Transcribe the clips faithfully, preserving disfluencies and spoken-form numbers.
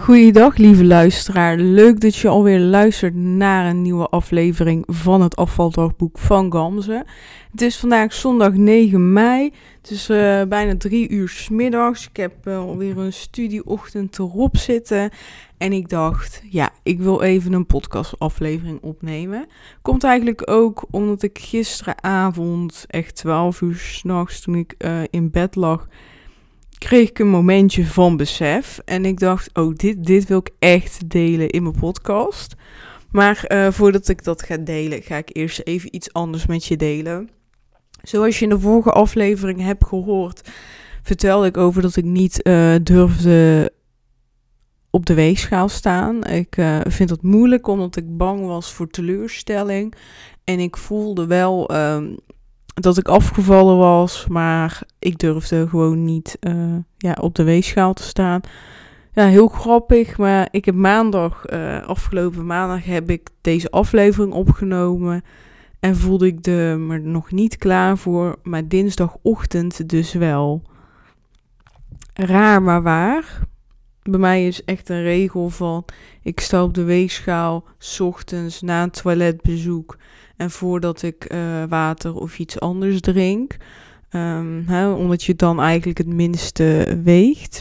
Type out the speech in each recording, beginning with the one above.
Goeiedag lieve luisteraar, leuk dat je alweer luistert naar een nieuwe aflevering van het afvaldagboek van Gamze. Het is vandaag zondag negen mei, het is uh, bijna drie uur 's middags. Ik heb uh, alweer een studieochtend erop zitten en ik dacht, ja, ik wil even een podcastaflevering opnemen. Komt eigenlijk ook omdat ik gisteravond, echt twaalf uur 's nachts, toen ik uh, in bed lag, kreeg ik een momentje van besef. En ik dacht, oh, dit, dit wil ik echt delen in mijn podcast. Maar uh, voordat ik dat ga delen, ga ik eerst even iets anders met je delen. Zoals je in de vorige aflevering hebt gehoord, vertelde ik over dat ik niet uh, durfde op de weegschaal staan. Ik uh, vind dat moeilijk, omdat ik bang was voor teleurstelling. En ik voelde wel Um, dat ik afgevallen was, maar ik durfde gewoon niet uh, ja, op de weegschaal te staan. Ja, heel grappig, maar ik heb maandag, uh, afgelopen maandag heb ik deze aflevering opgenomen en voelde ik er me nog niet klaar voor, maar dinsdagochtend dus wel. Raar maar waar. Bij mij is echt een regel van, ik sta op de weegschaal 's ochtends na een toiletbezoek en voordat ik uh, water of iets anders drink. Um, hè, omdat je dan eigenlijk het minste weegt.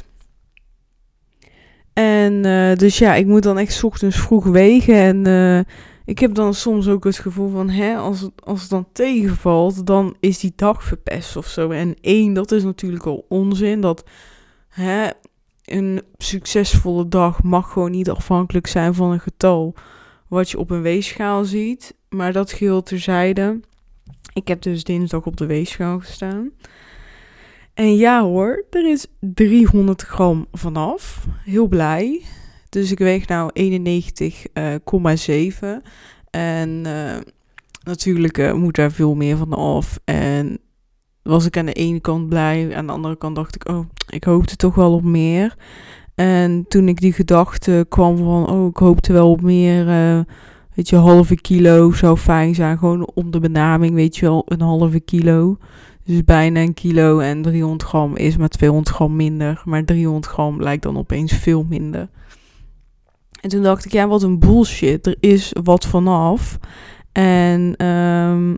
En uh, dus ja, ik moet dan echt 's ochtends vroeg wegen. En uh, ik heb dan soms ook het gevoel van, hè, als het, als het dan tegenvalt, dan is die dag verpest of zo. En één, dat is natuurlijk al onzin. Dat hè, een succesvolle dag mag gewoon niet afhankelijk zijn van een getal wat je op een weegschaal ziet. Maar dat geheel terzijde. Ik heb dus dinsdag op de weegschaal gestaan. En ja hoor, er is driehonderd gram vanaf. Heel blij. Dus ik weeg nou eenennegentig komma zeven. En uh, natuurlijk uh, moet daar veel meer van af. En was ik aan de ene kant blij. Aan de andere kant dacht ik, oh, ik hoopte toch wel op meer. En toen ik die gedachte kwam van, oh, ik hoopte wel op meer, uh, weet je, halve kilo zou fijn zijn. Gewoon om de benaming, weet je wel, een halve kilo. Dus bijna een kilo en driehonderd gram is maar tweehonderd gram minder. Maar driehonderd gram lijkt dan opeens veel minder. En toen dacht ik, ja, wat een bullshit. Er is wat vanaf. En, um,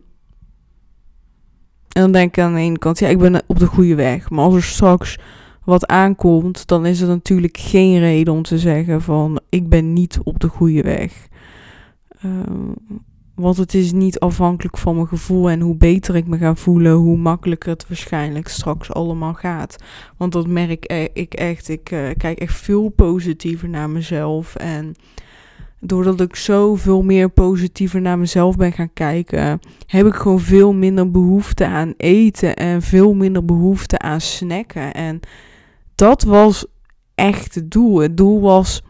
en dan denk ik aan de ene kant, ja, ik ben op de goede weg. Maar als er straks wat aankomt, dan is er natuurlijk geen reden om te zeggen van, ik ben niet op de goede weg. Uh, want het is niet afhankelijk van mijn gevoel en hoe beter ik me ga voelen, hoe makkelijker het waarschijnlijk straks allemaal gaat. Want dat merk ik echt, ik uh, kijk echt veel positiever naar mezelf. En doordat ik zoveel meer positiever naar mezelf ben gaan kijken, heb ik gewoon veel minder behoefte aan eten en veel minder behoefte aan snacken. En dat was echt het doel. Het doel was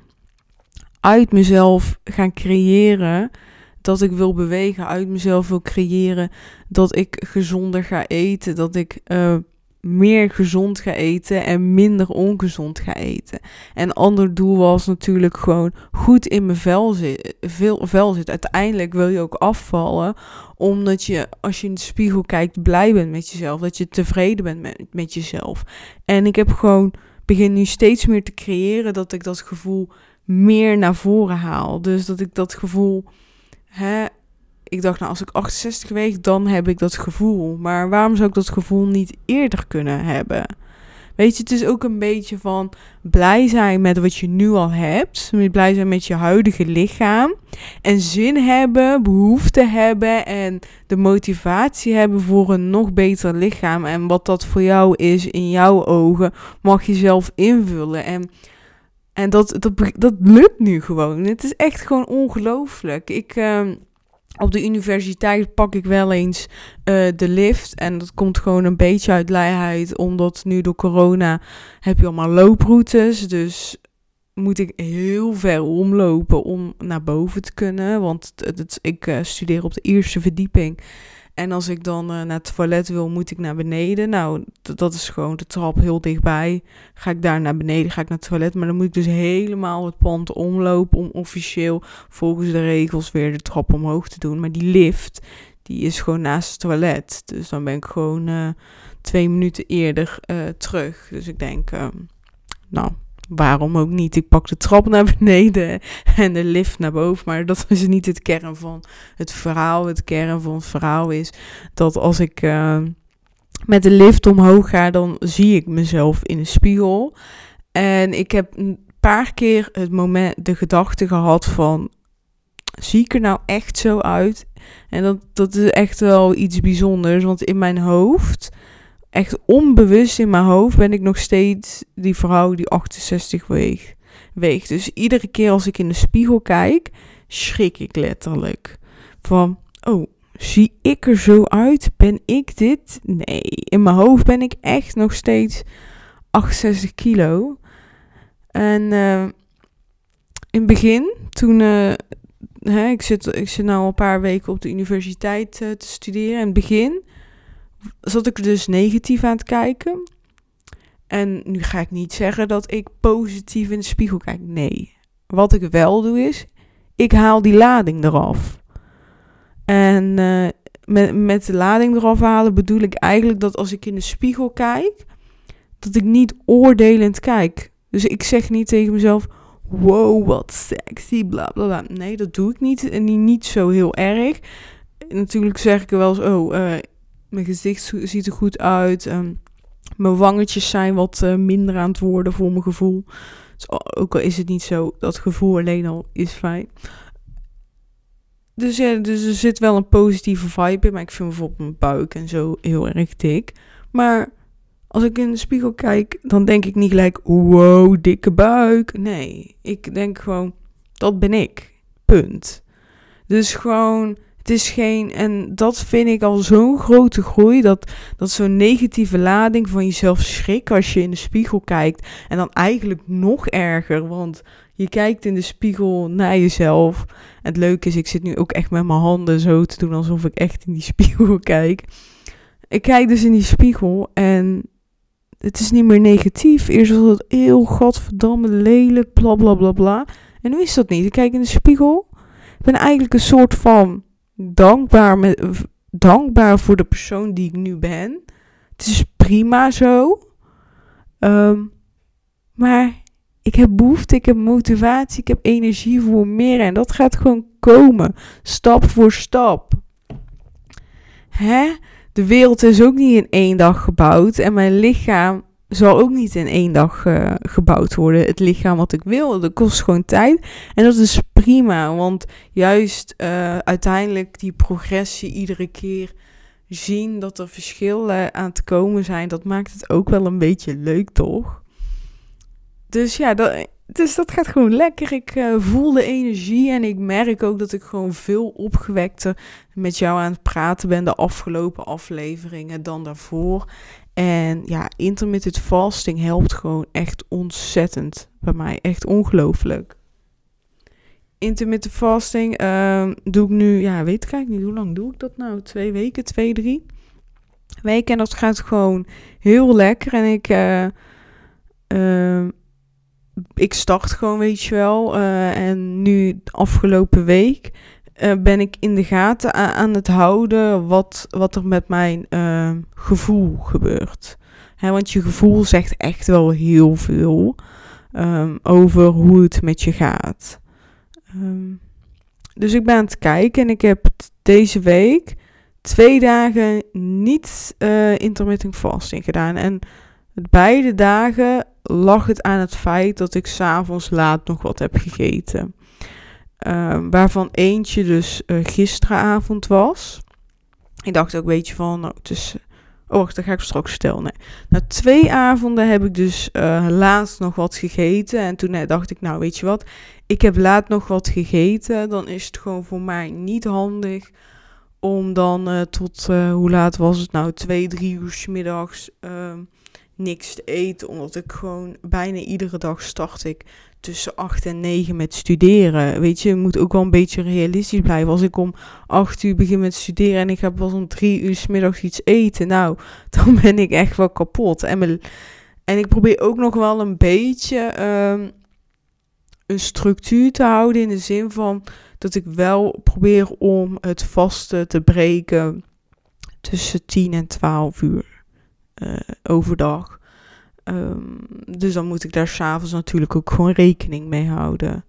uit mezelf gaan creëren dat ik wil bewegen, uit mezelf wil creëren dat ik gezonder ga eten, dat ik uh, meer gezond ga eten en minder ongezond ga eten. En een ander doel was natuurlijk gewoon goed in mijn vel, zit, veel, vel zitten. Uiteindelijk wil je ook afvallen, omdat je, als je in de spiegel kijkt, blij bent met jezelf, dat je tevreden bent met, met jezelf. En ik heb gewoon begin nu steeds meer te creëren dat ik dat gevoel meer naar voren haal. Dus dat ik dat gevoel, hè, ik dacht, nou, als ik achtenzestig weeg, dan heb ik dat gevoel. Maar waarom zou ik dat gevoel niet eerder kunnen hebben? Weet je, het is ook een beetje van blij zijn met wat je nu al hebt. Blij zijn met je huidige lichaam. En zin hebben, behoefte hebben en de motivatie hebben voor een nog beter lichaam. En wat dat voor jou is in jouw ogen, mag je zelf invullen. En En dat, dat, dat lukt nu gewoon. Het is echt gewoon ongelooflijk. Ik, uh, op de universiteit pak ik wel eens uh, de lift. En dat komt gewoon een beetje uit luiheid. Omdat nu door corona heb je allemaal looproutes. Dus moet ik heel ver omlopen om naar boven te kunnen. Want het, het, ik uh, studeer op de eerste verdieping. En als ik dan uh, naar het toilet wil, moet ik naar beneden. Nou, d- dat is gewoon de trap heel dichtbij. Ga ik daar naar beneden, ga ik naar het toilet. Maar dan moet ik dus helemaal het pand omlopen om officieel volgens de regels weer de trap omhoog te doen. Maar die lift, die is gewoon naast het toilet. Dus dan ben ik gewoon uh, twee minuten eerder uh, terug. Dus ik denk, uh, nou, waarom ook niet? Ik pak de trap naar beneden en de lift naar boven. Maar dat is niet het kern van het verhaal. Het kern van het verhaal is dat als ik uh, met de lift omhoog ga, dan zie ik mezelf in de spiegel. En ik heb een paar keer het moment, de gedachte gehad van, zie ik er nou echt zo uit? En dat, dat is echt wel iets bijzonders, want in mijn hoofd, echt onbewust in mijn hoofd, ben ik nog steeds die vrouw die achtenzestig weegt. weegt. Dus iedere keer als ik in de spiegel kijk, schrik ik letterlijk. Van, oh, zie ik er zo uit? Ben ik dit? Nee, in mijn hoofd ben ik echt nog steeds achtenzestig kilo. En uh, in het begin, toen... Uh, hè, ik, zit, ik zit nu al een paar weken op de universiteit uh, te studeren. In het begin zat ik dus negatief aan het kijken. En nu ga ik niet zeggen dat ik positief in de spiegel kijk. Nee. Wat ik wel doe is, ik haal die lading eraf. En uh, met, met de lading eraf halen bedoel ik eigenlijk dat als ik in de spiegel kijk, dat ik niet oordelend kijk. Dus ik zeg niet tegen mezelf, wow, wat sexy, bla bla bla. Nee, dat doe ik niet. En niet, niet zo heel erg. Natuurlijk zeg ik er wel eens, oh, uh, mijn gezicht ziet er goed uit. Um, mijn wangetjes zijn wat uh, minder aan het worden voor mijn gevoel. Dus ook al is het niet zo, dat gevoel alleen al is fijn. Dus ja, dus er zit wel een positieve vibe in. Maar ik vind bijvoorbeeld mijn buik en zo heel erg dik. Maar als ik in de spiegel kijk, dan denk ik niet gelijk, wow, dikke buik. Nee, ik denk gewoon, dat ben ik. Punt. Dus gewoon, het is geen, en dat vind ik al zo'n grote groei, dat, dat zo'n negatieve lading van jezelf schrik als je in de spiegel kijkt. En dan eigenlijk nog erger, want je kijkt in de spiegel naar jezelf. En het leuke is, ik zit nu ook echt met mijn handen zo te doen, alsof ik echt in die spiegel kijk. Ik kijk dus in die spiegel en het is niet meer negatief. Eerst was het heel godverdamme lelijk, bla bla bla bla. En nu is dat niet. Ik kijk in de spiegel. Ik ben eigenlijk een soort van dankbaar, met, dankbaar voor de persoon die ik nu ben. Het is prima zo. Um, maar ik heb behoefte, ik heb motivatie, ik heb energie voor meer. En dat gaat gewoon komen. Stap voor stap. Hè? De wereld is ook niet in één dag gebouwd. En mijn lichaam zal ook niet in één dag uh, gebouwd worden. Het lichaam wat ik wil, dat kost gewoon tijd. En dat is prima. Want juist uh, uiteindelijk die progressie iedere keer zien dat er verschillen aan te komen zijn. Dat maakt het ook wel een beetje leuk, toch? Dus ja, dat, dus dat gaat gewoon lekker. Ik uh, voel de energie en ik merk ook dat ik gewoon veel opgewekter met jou aan het praten ben de afgelopen afleveringen dan daarvoor. En ja, intermittent fasting helpt gewoon echt ontzettend bij mij. Echt ongelooflijk. Intermittent fasting uh, doe ik nu, ja, weet ik eigenlijk niet, hoe lang doe ik dat nou? Twee weken, twee, drie weken. En dat gaat gewoon heel lekker. En ik... Uh, uh, Ik start gewoon, weet je wel. Uh, en nu, afgelopen week, uh, ben ik in de gaten a- aan het houden wat, wat er met mijn uh, gevoel gebeurt. Hè, want je gevoel zegt echt wel heel veel um, over hoe het met je gaat. Um, dus ik ben aan het kijken en ik heb t- deze week twee dagen niet uh, intermittent fasting gedaan. En beide dagen lag het aan het feit dat ik 's avonds laat nog wat heb gegeten. Uh, waarvan eentje dus uh, gisteravond was. Ik dacht ook, weet je van, nou, het is... Oh, wacht, dat ga ik straks vertellen. Nee. Na twee avonden heb ik dus uh, laatst nog wat gegeten. En toen uh, dacht ik, nou, weet je wat? Ik heb laat nog wat gegeten. Dan is het gewoon voor mij niet handig om dan uh, tot, uh, hoe laat was het nou? Twee, drie uur 's middags... Uh, niks te eten, omdat ik gewoon bijna iedere dag start ik tussen acht en negen met studeren. Weet je, je moet ook wel een beetje realistisch blijven. Als ik om acht uur begin met studeren en ik ga pas om drie uur 's middags iets eten, nou, dan ben ik echt wel kapot. En, me, en ik probeer ook nog wel een beetje um, een structuur te houden in de zin van dat ik wel probeer om het vasten te breken tussen tien en twaalf uur. Uh, overdag. Um, dus dan moet ik daar 's avonds natuurlijk ook gewoon rekening mee houden.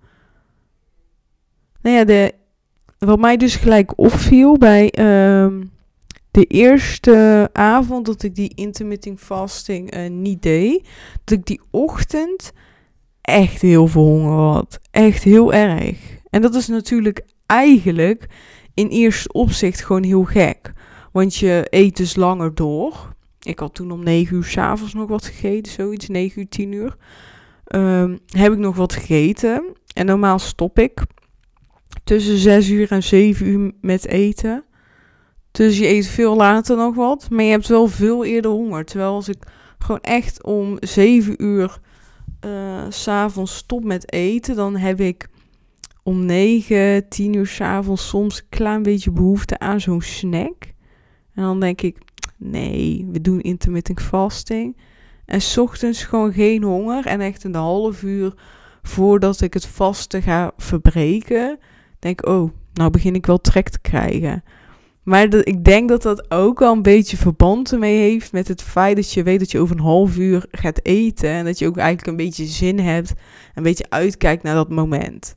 Nou ja, de, wat mij dus gelijk opviel bij um, de eerste avond dat ik die intermittent fasting uh, niet deed, dat ik die ochtend echt heel veel honger had. Echt heel erg. En dat is natuurlijk eigenlijk in eerste opzicht gewoon heel gek. Want je eet dus langer door. Ik had toen om negen uur 's avonds nog wat gegeten, zoiets, negen uur, tien uur. Um, heb ik nog wat gegeten. En normaal stop ik tussen zes uur en zeven uur met eten. Dus je eet veel later nog wat, maar je hebt wel veel eerder honger. Terwijl als ik gewoon echt om zeven uur uh, 's avonds stop met eten, dan heb ik om negen, tien uur 's avonds soms een klein beetje behoefte aan zo'n snack. En dan denk ik, nee, we doen intermittent fasting. En 's ochtends gewoon geen honger. En echt een half uur voordat ik het vasten ga verbreken, denk ik, oh, nou begin ik wel trek te krijgen. Maar de, ik denk dat dat ook wel een beetje verband ermee heeft met het feit dat je weet dat je over een half uur gaat eten. En dat je ook eigenlijk een beetje zin hebt, een beetje uitkijkt naar dat moment.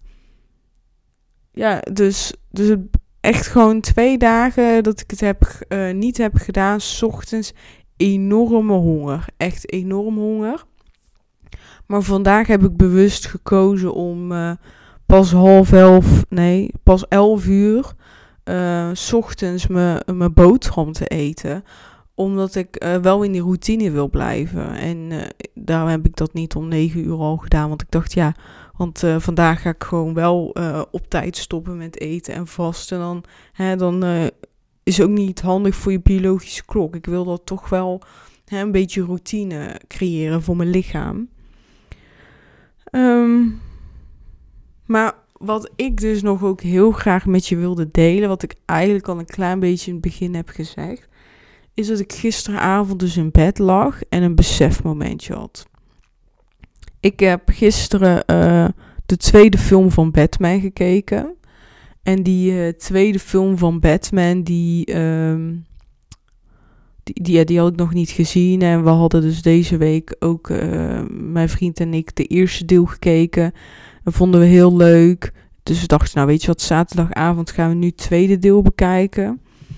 Ja, dus, dus het, echt gewoon twee dagen dat ik het heb, uh, niet heb gedaan, 's ochtends enorme honger. Echt enorm honger. Maar vandaag heb ik bewust gekozen om uh, pas half elf, nee, pas elf uur... Uh, 's ochtends mijn boterham te eten. Omdat ik uh, wel in die routine wil blijven. En uh, daarom heb ik dat niet om negen uur al gedaan. Want ik dacht, ja, want uh, vandaag ga ik gewoon wel uh, op tijd stoppen met eten en vasten. Dan, hè, dan uh, is het ook niet handig voor je biologische klok. Ik wil dat toch wel hè, een beetje routine creëren voor mijn lichaam. Um, maar wat ik dus nog ook heel graag met je wilde delen, wat ik eigenlijk al een klein beetje in het begin heb gezegd, is dat ik gisteravond dus in bed lag en een besefmomentje had. Ik heb gisteren uh, de tweede film van Batman gekeken. En die uh, tweede film van Batman, die, um, die, die, ja, die had ik nog niet gezien. En we hadden dus deze week ook, uh, mijn vriend en ik, de eerste deel gekeken. Dat vonden we heel leuk. Dus we dachten, nou weet je wat, zaterdagavond gaan we nu het tweede deel bekijken.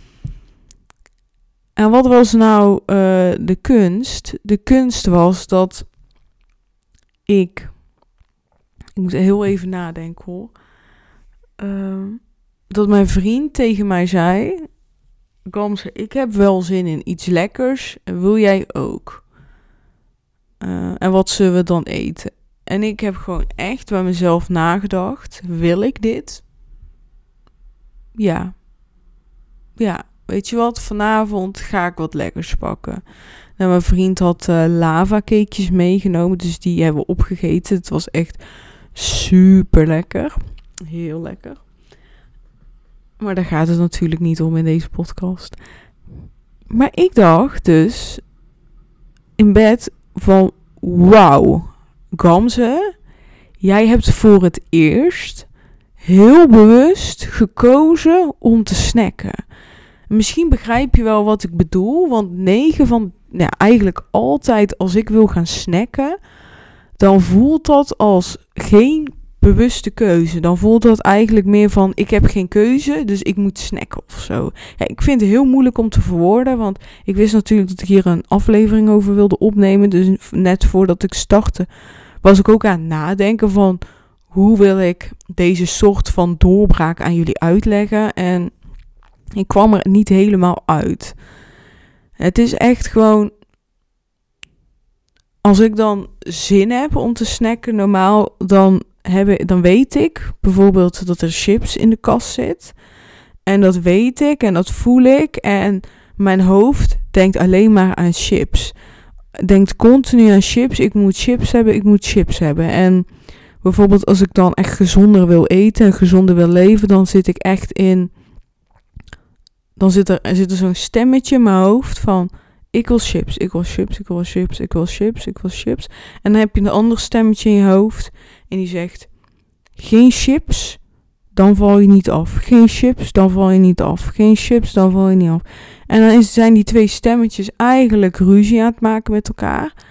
En wat was nou uh, de kunst? De kunst was dat ik... Ik moet heel even nadenken hoor. Uh, dat mijn vriend tegen mij zei... Gamze, ik heb wel zin in iets lekkers. En wil jij ook? Uh, en wat zullen we dan eten? En ik heb gewoon echt bij mezelf nagedacht. Wil ik dit? Ja. Ja, weet je wat? Vanavond ga ik wat lekkers pakken. Nou, mijn vriend had uh, lava cakejes meegenomen. Dus die hebben we opgegeten. Het was echt super lekker. Heel lekker. Maar daar gaat het natuurlijk niet om in deze podcast. Maar ik dacht dus in bed van wauw. Gamze, jij hebt voor het eerst heel bewust gekozen om te snacken. Misschien begrijp je wel wat ik bedoel, want negen van, ja, eigenlijk altijd als ik wil gaan snacken, dan voelt dat als geen bewuste keuze. Dan voelt dat eigenlijk meer van, ik heb geen keuze, dus ik moet snacken of zo. Ja, ik vind het heel moeilijk om te verwoorden, want ik wist natuurlijk dat ik hier een aflevering over wilde opnemen. Dus net voordat ik startte, was ik ook aan het nadenken van, hoe wil ik deze soort van doorbraak aan jullie uitleggen? En ik kwam er niet helemaal uit. Het is echt gewoon, als ik dan zin heb om te snacken, normaal dan, heb, dan weet ik bijvoorbeeld dat er chips in de kast zit. En dat weet ik en dat voel ik. En mijn hoofd denkt alleen maar aan chips. Denkt continu aan chips. Ik moet chips hebben, ik moet chips hebben. En bijvoorbeeld als ik dan echt gezonder wil eten en gezonder wil leven, dan zit ik echt in... Dan zit er, er zit er zo'n stemmetje in mijn hoofd van, ik wil chips, ik wil chips, ik wil chips, ik wil chips, ik wil chips. En dan heb je een ander stemmetje in je hoofd en die zegt, geen chips, dan val je niet af. Geen chips, dan val je niet af. Geen chips, dan val je niet af. En dan is, zijn die twee stemmetjes eigenlijk ruzie aan het maken met elkaar.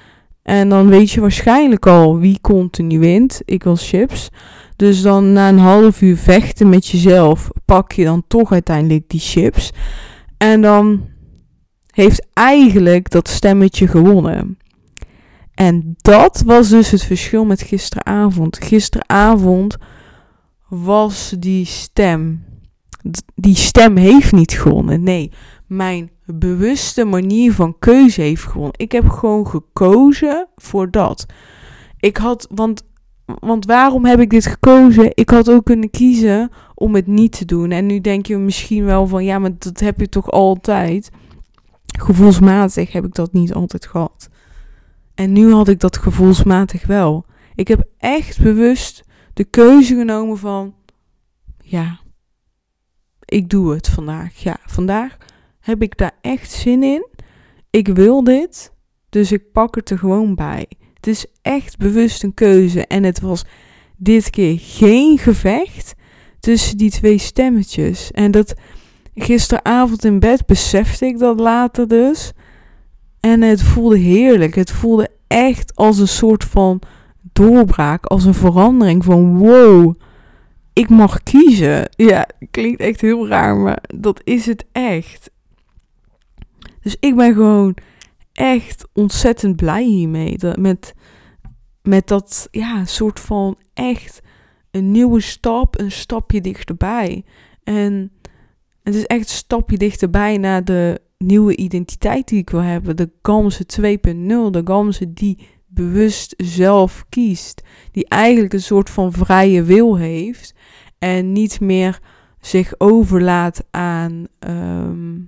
En dan weet je waarschijnlijk al wie continu wint. Ik wil chips. Dus dan na een half uur vechten met jezelf pak je dan toch uiteindelijk die chips. En dan heeft eigenlijk dat stemmetje gewonnen. En dat was dus het verschil met gisteravond. Gisteravond was die stem. Die stem heeft niet gewonnen. Nee, mijn bewuste manier van keuze heeft gewonnen. Ik heb gewoon gekozen voor dat. Ik had, want, want waarom heb ik dit gekozen? Ik had ook kunnen kiezen om het niet te doen. En nu denk je misschien wel van, ja, maar dat heb je toch altijd. Gevoelsmatig heb ik dat niet altijd gehad. En nu had ik dat gevoelsmatig wel. Ik heb echt bewust de keuze genomen van, ja, ik doe het vandaag. Ja, vandaag heb ik daar echt zin in. Ik wil dit, dus ik pak het er gewoon bij. Het is echt bewust een keuze. En het was dit keer geen gevecht tussen die twee stemmetjes. En dat gisteravond in bed besefte ik dat later dus. En het voelde heerlijk. Het voelde echt als een soort van doorbraak. Als een verandering van wow, ik mag kiezen. Ja, klinkt echt heel raar, maar dat is het echt. Dus ik ben gewoon echt ontzettend blij hiermee. Dat, met, met dat, ja, soort van echt een nieuwe stap, een stapje dichterbij. En het is echt een stapje dichterbij naar de nieuwe identiteit die ik wil hebben. De Gamze twee punt nul. De Gamze die bewust zelf kiest. Die eigenlijk een soort van vrije wil heeft. En niet meer zich overlaat aan, um,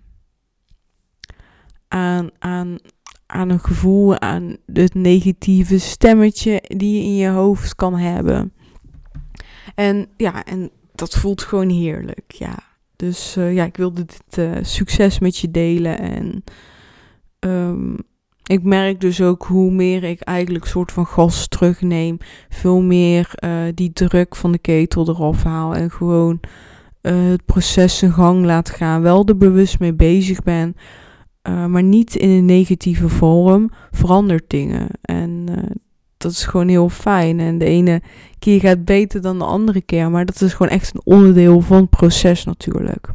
aan, aan, aan een gevoel, aan het negatieve stemmetje die je in je hoofd kan hebben. En ja, en dat voelt gewoon heerlijk, ja. Dus uh, ja, ik wilde dit uh, succes met je delen. En um, ik merk dus ook hoe meer ik eigenlijk soort van gas terugneem. Veel meer uh, die druk van de ketel eraf haal. En gewoon uh, het proces zijn gang laat gaan. Wel er bewust mee bezig ben. Uh, maar niet in een negatieve vorm. Verandert dingen. En uh, dat is gewoon heel fijn. En de ene keer gaat beter dan de andere keer. Maar dat is gewoon echt een onderdeel van het proces natuurlijk.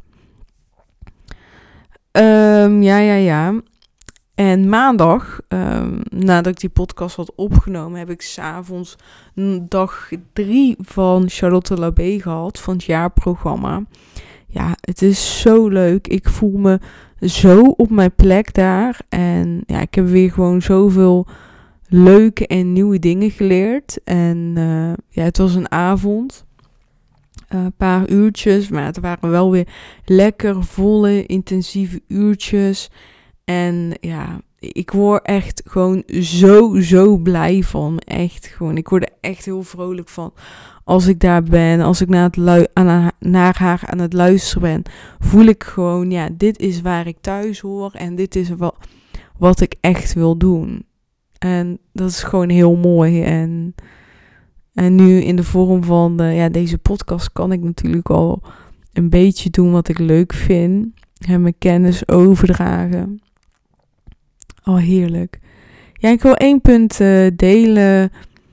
Um, ja, ja, ja. En maandag, um, nadat ik die podcast had opgenomen, heb ik 's avonds dag drie van Charlotte Labé gehad, van het jaarprogramma. Ja, het is zo leuk. Ik voel me zo op mijn plek daar. En ja, ik heb weer gewoon zoveel leuke en nieuwe dingen geleerd. En uh, ja, het was een avond. Een uh, paar uurtjes, maar het waren wel weer lekker, volle, intensieve uurtjes. En ja, ik word echt gewoon zo, zo blij van. Echt gewoon, ik word er echt heel vrolijk van. Als ik daar ben, als ik naar, het lu- aan haar, naar haar aan het luisteren ben, voel ik gewoon, ja, dit is waar ik thuis hoor. En dit is wat, wat ik echt wil doen. En dat is gewoon heel mooi. En, en nu in de vorm van de, ja, deze podcast kan ik natuurlijk al een beetje doen wat ik leuk vind. En mijn kennis overdragen. Oh, heerlijk. Ja, ik wil één punt uh, delen.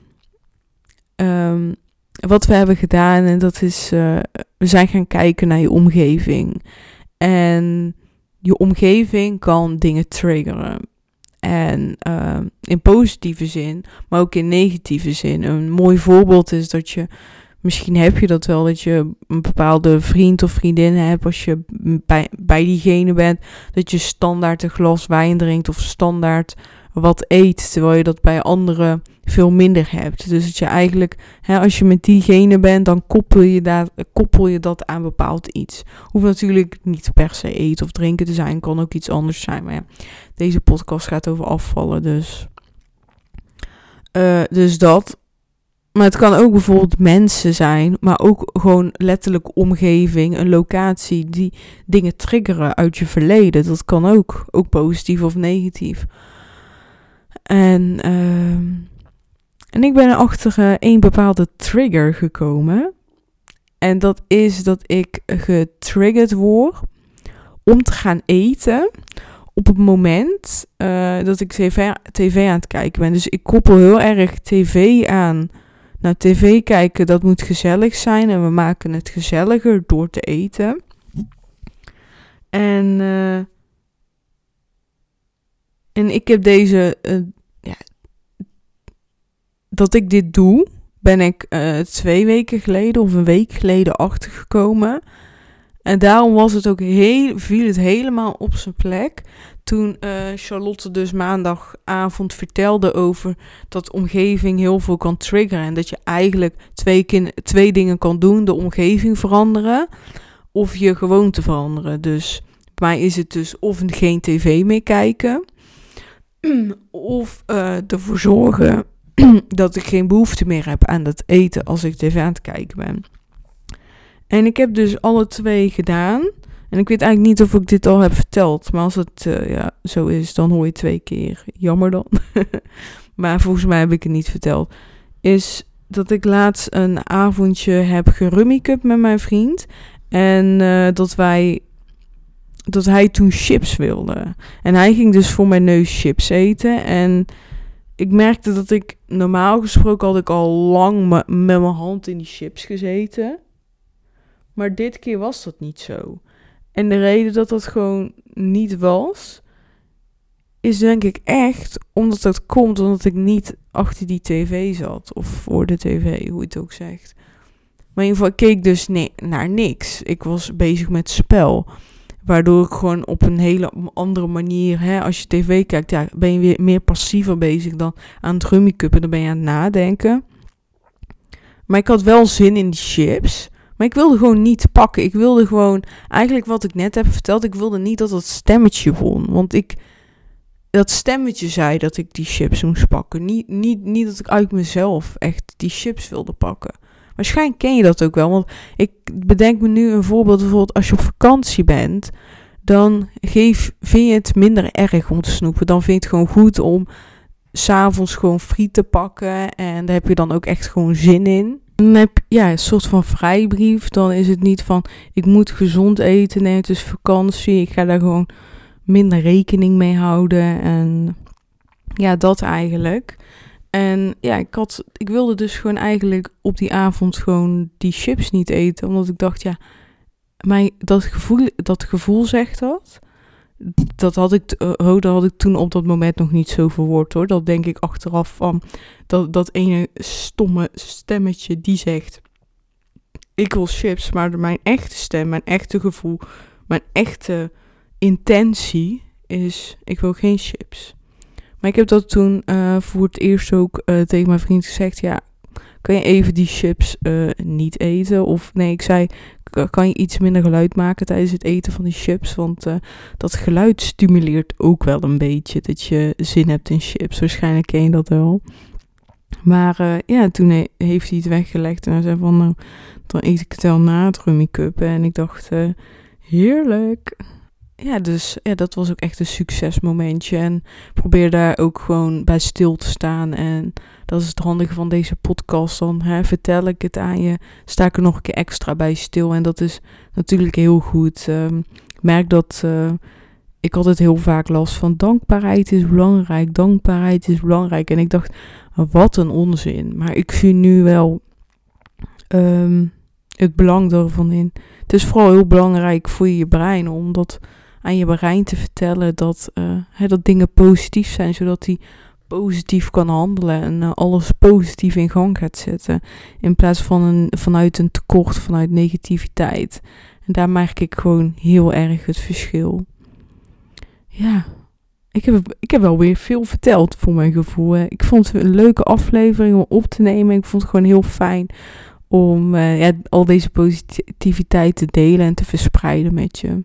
Um, wat we hebben gedaan. En dat is, uh, we zijn gaan kijken naar je omgeving. En je omgeving kan dingen triggeren. En uh, in positieve zin, maar ook in negatieve zin. Een mooi voorbeeld is dat je, misschien heb je dat wel, dat je een bepaalde vriend of vriendin hebt als je bij, bij diegene bent, dat je standaard een glas wijn drinkt of standaard wat eet, terwijl je dat bij anderen veel minder hebt. Dus dat je eigenlijk, hè, als je met diegene bent, dan koppel je, daar, koppel je dat aan bepaald iets. Hoeft natuurlijk niet per se eten of drinken te zijn, kan ook iets anders zijn. Maar ja, deze podcast gaat over afvallen, dus, uh, dus dat. Maar het kan ook bijvoorbeeld mensen zijn, maar ook gewoon letterlijk omgeving, een locatie die dingen triggeren uit je verleden. Dat kan ook, ook positief of negatief. En, uh, en ik ben achter uh, een bepaalde trigger gekomen. En dat is dat ik getriggerd word om te gaan eten op het moment uh, dat ik tv, tv aan het kijken ben. Dus ik koppel heel erg tv aan. Nou, tv kijken, dat moet gezellig zijn. En we maken het gezelliger door te eten. En, uh, en ik heb deze... Uh, ja, dat ik dit doe, ben ik uh, twee weken geleden of een week geleden achtergekomen. En daarom was het ook heel, viel het helemaal op zijn plek. Toen uh, Charlotte dus maandagavond vertelde over dat omgeving heel veel kan triggeren. En dat je eigenlijk twee, kin- twee dingen kan doen. De omgeving veranderen of je gewoonte veranderen. Dus bij mij is het dus of geen tv meer kijken. Of uh, ervoor zorgen dat ik geen behoefte meer heb aan dat eten als ik tv aan het kijken ben. En ik heb dus alle twee gedaan. En ik weet eigenlijk niet of ik dit al heb verteld. Maar als het uh, ja, zo is, dan hoor je twee keer. Jammer dan. Maar volgens mij heb ik het niet verteld. Is dat ik laatst een avondje heb gerummikup met mijn vriend. En uh, dat wij... dat hij toen chips wilde. En hij ging dus voor mijn neus chips eten. En ik merkte dat ik... normaal gesproken had ik al lang me, met mijn hand in die chips gezeten. Maar dit keer was dat niet zo. En de reden dat dat gewoon niet was... is denk ik echt omdat dat komt... omdat ik niet achter die tv zat. Of voor de tv, hoe je het ook zegt. Maar in ieder geval, ik keek dus ni- naar niks. Ik was bezig met spel... Waardoor ik gewoon op een hele andere manier... Hè, als je tv kijkt, ja, ben je weer meer passiever bezig dan aan het rummikuppen. Dan ben je aan het nadenken. Maar ik had wel zin in die chips. Maar ik wilde gewoon niet pakken. Ik wilde gewoon... Eigenlijk wat ik net heb verteld... Ik wilde niet dat dat stemmetje won. Want ik... Dat stemmetje zei dat ik die chips moest pakken. Niet, niet, niet dat ik uit mezelf echt die chips wilde pakken. Waarschijnlijk ken je dat ook wel. Want ik bedenk me nu een voorbeeld. Bijvoorbeeld als je op vakantie bent. Dan geef, vind je het minder erg om te snoepen. Dan vind je het gewoon goed om 's avonds gewoon friet te pakken. En daar heb je dan ook echt gewoon zin in. En dan heb je ja, een soort van vrijbrief. Dan is het niet van ik moet gezond eten. Nee, het is vakantie. Ik ga daar gewoon minder rekening mee houden. En ja, dat eigenlijk. En ja, ik, had, ik wilde dus gewoon eigenlijk op die avond gewoon die chips niet eten. Omdat ik dacht, ja, mijn, dat, gevoel, dat gevoel zegt dat. Dat had, ik, uh, oh, dat had ik toen op dat moment nog niet zo verwoord hoor. Dat denk ik achteraf van dat, dat ene stomme stemmetje die zegt... Ik wil chips, maar mijn echte stem, mijn echte gevoel, mijn echte intentie is... Ik wil geen chips. Maar ik heb dat toen uh, voor het eerst ook uh, tegen mijn vriend gezegd. Ja, kan je even die chips uh, niet eten? Of nee, ik zei, kan je iets minder geluid maken tijdens het eten van die chips? Want uh, dat geluid stimuleert ook wel een beetje dat je zin hebt in chips. Waarschijnlijk ken je dat wel. Maar uh, ja, toen he- heeft hij het weggelegd. En hij zei van, nou, dan eet ik het wel na het rummikuppen. En ik dacht, uh, heerlijk. Ja, dus ja, dat was ook echt een succesmomentje. En probeer daar ook gewoon bij stil te staan. En dat is het handige van deze podcast. Dan hè, vertel ik het aan je, sta ik er nog een keer extra bij stil. En dat is natuurlijk heel goed. Um, ik merk dat uh, ik altijd heel vaak last van dankbaarheid is belangrijk. Dankbaarheid is belangrijk. En ik dacht, wat een onzin. Maar ik zie nu wel um, het belang daarvan in. Het is vooral heel belangrijk voor je brein, omdat... aan je brein te vertellen dat, uh, hè, dat dingen positief zijn, zodat hij positief kan handelen en uh, alles positief in gang gaat zetten, in plaats van een, vanuit een tekort, vanuit negativiteit. En daar merk ik gewoon heel erg het verschil. Ja, ik heb, ik heb wel weer veel verteld voor mijn gevoel. Hè. Ik vond het een leuke aflevering om op te nemen. Ik vond het gewoon heel fijn om uh, ja, al deze positiviteit te delen en te verspreiden met je.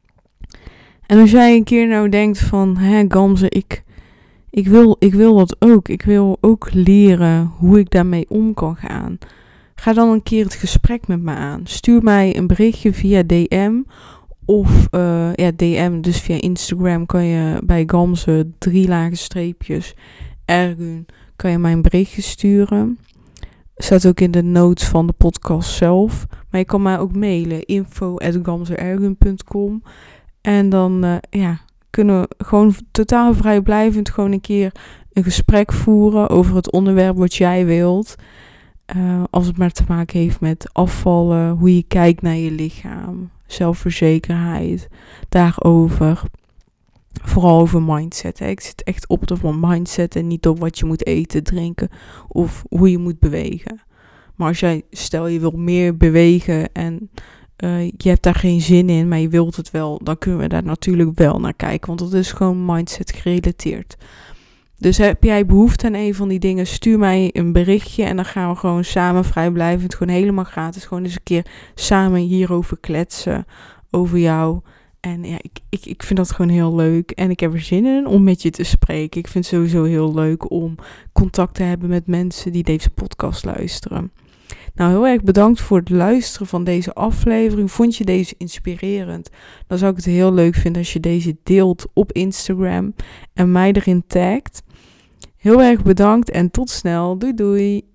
En als jij een keer nou denkt van, hè Gamze, ik, ik, wil, ik wil dat ook. Ik wil ook leren hoe ik daarmee om kan gaan. Ga dan een keer het gesprek met me aan. Stuur mij een berichtje via D M. Of uh, ja, D M, dus via Instagram kan je bij Gamze drie lage streepjes Ergun, kan je mij een berichtje sturen. Staat ook in de notes van de podcast zelf. Maar je kan mij ook mailen, info at gamzeergun punt com. En dan uh, ja, kunnen we gewoon totaal vrijblijvend gewoon een keer een gesprek voeren over het onderwerp wat jij wilt. Uh, als het maar te maken heeft met afvallen, hoe je kijkt naar je lichaam, zelfverzekerheid, daarover. Vooral over mindset. Hè. Ik zit echt op de mindset en niet op wat je moet eten, drinken of hoe je moet bewegen. Maar als jij, stel je wil meer bewegen en uh, je hebt daar geen zin in, maar je wilt het wel, dan kunnen we daar natuurlijk wel naar kijken. Want dat is gewoon mindset gerelateerd. Dus heb jij behoefte aan een van die dingen, stuur mij een berichtje en dan gaan we gewoon samen vrijblijvend, gewoon helemaal gratis, gewoon eens een keer samen hierover kletsen, over jou. En ja, ik, ik, ik vind dat gewoon heel leuk en ik heb er zin in om met je te spreken. Ik vind het sowieso heel leuk om contact te hebben met mensen die deze podcast luisteren. Nou, heel erg bedankt voor het luisteren van deze aflevering. Vond je deze inspirerend? Dan zou ik het heel leuk vinden als je deze deelt op Instagram en mij erin tagt. Heel erg bedankt en tot snel. Doei doei!